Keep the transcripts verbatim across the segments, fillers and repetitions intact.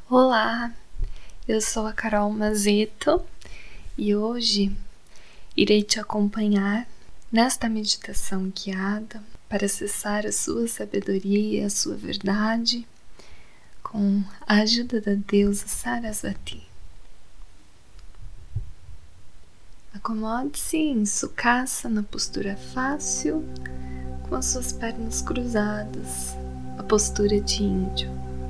Olá, eu sou a Carol Mazeto e hoje irei te acompanhar nesta meditação guiada para acessar a sua sabedoria e a sua verdade com a ajuda da deusa Sarasvati. Acomode-se em Sukhasana na postura fácil, com as suas pernas cruzadas, a postura de índio.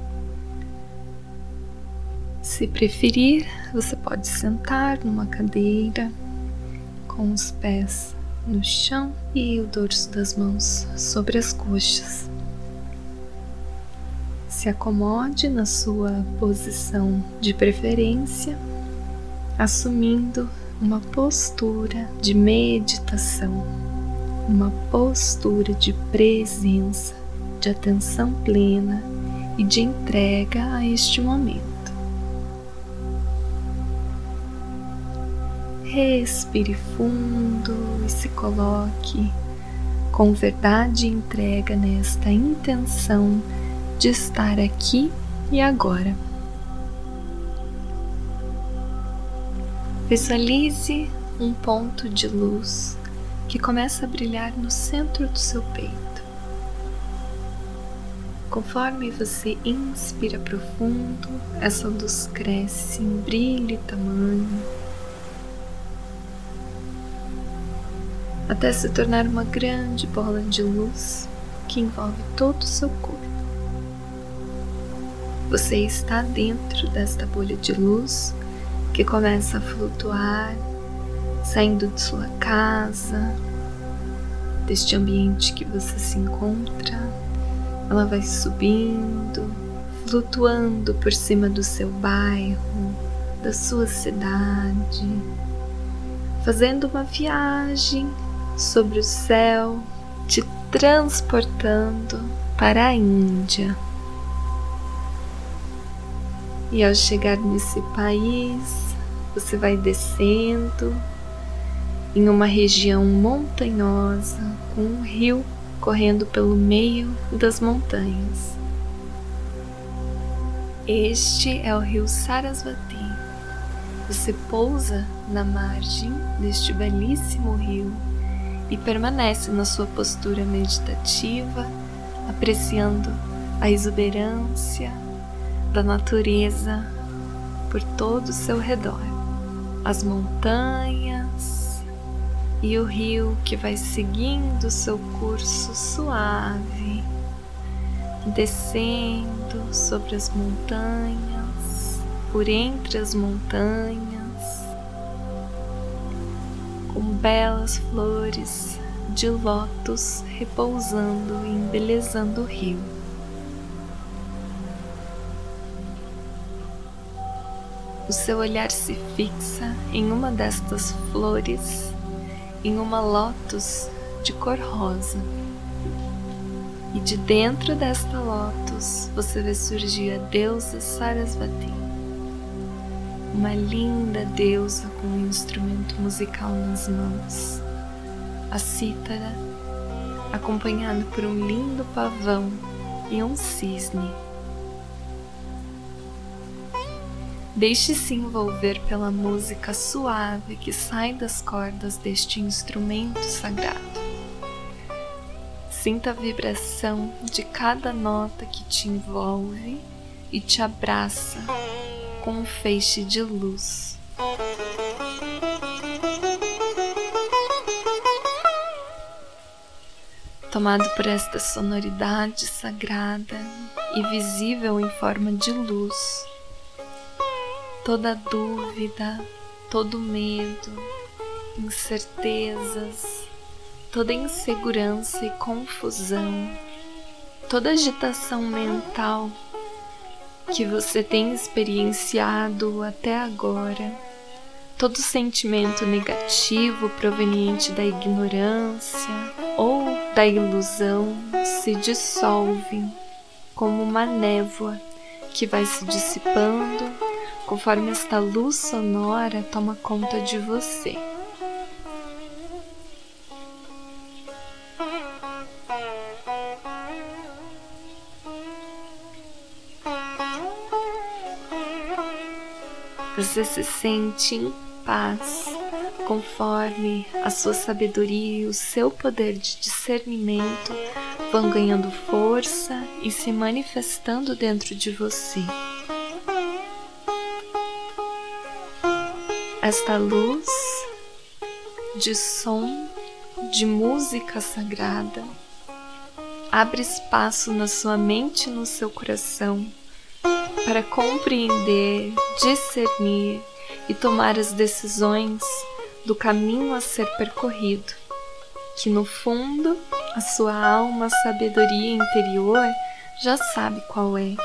Se preferir, você pode sentar numa cadeira com os pés no chão e o dorso das mãos sobre as coxas. Se acomode na sua posição de preferência, assumindo uma postura de meditação, uma postura de presença, de atenção plena e de entrega a este momento. Respire fundo e se coloque com verdade e entrega nesta intenção de estar aqui e agora. Visualize um ponto de luz que começa a brilhar no centro do seu peito. Conforme você inspira profundo, essa luz cresce em brilho e tamanho, até se tornar uma grande bola de luz que envolve todo o seu corpo. Você está dentro desta bolha de luz que começa a flutuar, saindo de sua casa, deste ambiente que você se encontra. Ela vai subindo, flutuando por cima do seu bairro, da sua cidade, fazendo uma viagem sobre o céu, te transportando para a Índia. E ao chegar nesse país, você vai descendo em uma região montanhosa, com um rio correndo pelo meio das montanhas. Este é o rio Sarasvati. Você pousa na margem deste belíssimo rio e permanece na sua postura meditativa, apreciando a exuberância da natureza por todo o seu redor, as montanhas e o rio que vai seguindo seu curso suave, descendo sobre as montanhas, por entre as montanhas, com belas flores de lótus repousando e embelezando o rio. O seu olhar se fixa em uma destas flores, em uma lótus de cor rosa. E de dentro desta lótus você vê surgir a deusa Sarasvati, uma linda deusa com um instrumento musical nas mãos, a cítara, acompanhado por um lindo pavão e um cisne. Deixe-se envolver pela música suave que sai das cordas deste instrumento sagrado. Sinta a vibração de cada nota que te envolve e te abraça com um feixe de luz. Tomado por esta sonoridade sagrada e visível em forma de luz, toda dúvida, todo medo, incertezas, toda insegurança e confusão, toda agitação mental que você tem experienciado até agora, todo sentimento negativo proveniente da ignorância ou da ilusão se dissolve como uma névoa que vai se dissipando conforme esta luz sonora toma conta de você. Você se sente em paz, conforme a sua sabedoria e o seu poder de discernimento vão ganhando força e se manifestando dentro de você. Esta luz de som, de música sagrada, abre espaço na sua mente e no seu coração para compreender, discernir e tomar as decisões do caminho a ser percorrido, que no fundo a sua alma, a sabedoria interior já sabe qual é.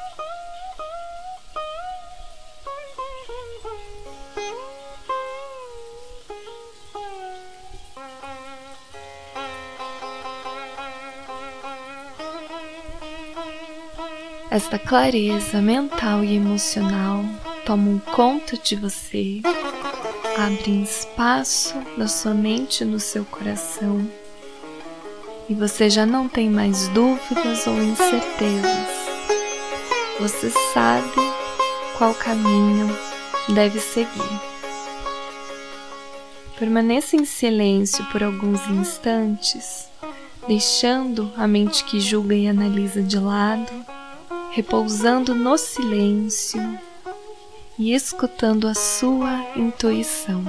Esta clareza mental e emocional tomam conta de você, abrem espaço na sua mente e no seu coração, e você já não tem mais dúvidas ou incertezas. Você sabe qual caminho deve seguir. Permaneça em silêncio por alguns instantes, deixando a mente que julga e analisa de lado, repousando no silêncio e escutando a sua intuição.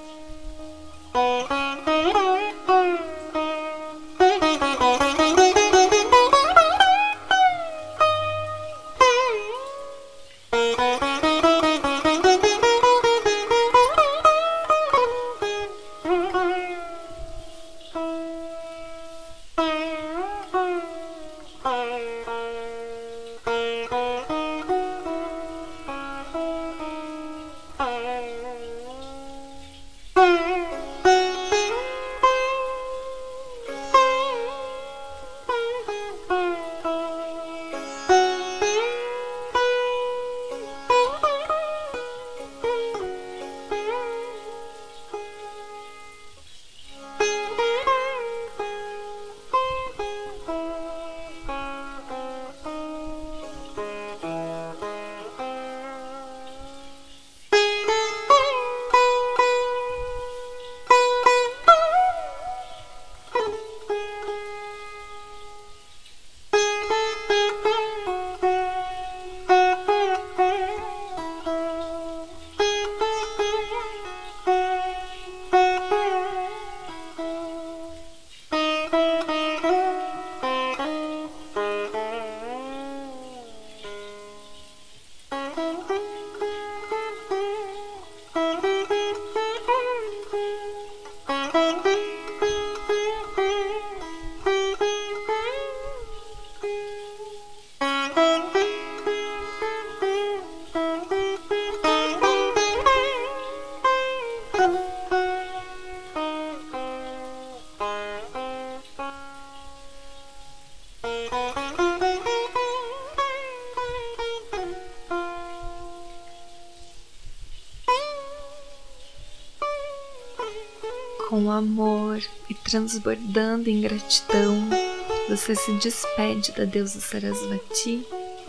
Com amor e transbordando em gratidão, você se despede da deusa Sarasvati,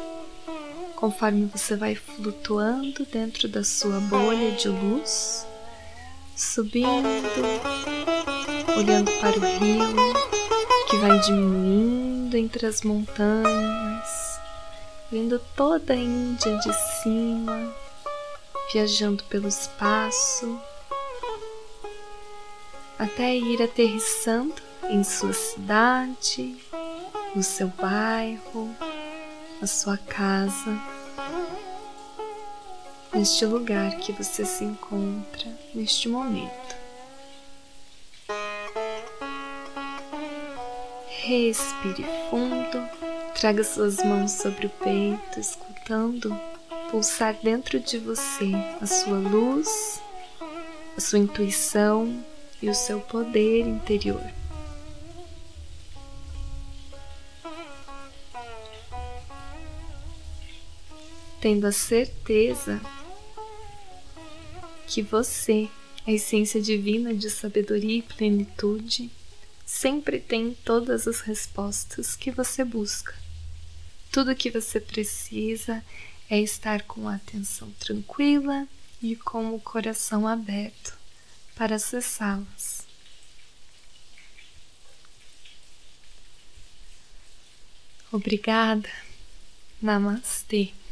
conforme você vai flutuando dentro da sua bolha de luz, subindo, olhando para o rio que vai diminuindo entre as montanhas, vendo toda a Índia de cima, viajando pelo espaço, até ir aterrissando em sua cidade, no seu bairro, na sua casa, neste lugar que você se encontra neste momento. Respire fundo, traga suas mãos sobre o peito, escutando pulsar dentro de você a sua luz, a sua intuição e o seu poder interior. Tendo a certeza que você, a essência divina de sabedoria e plenitude, sempre tem todas as respostas que você busca. Tudo o que você precisa é estar com a atenção tranquila e com o coração aberto para acessá-las. Obrigada. Namastê.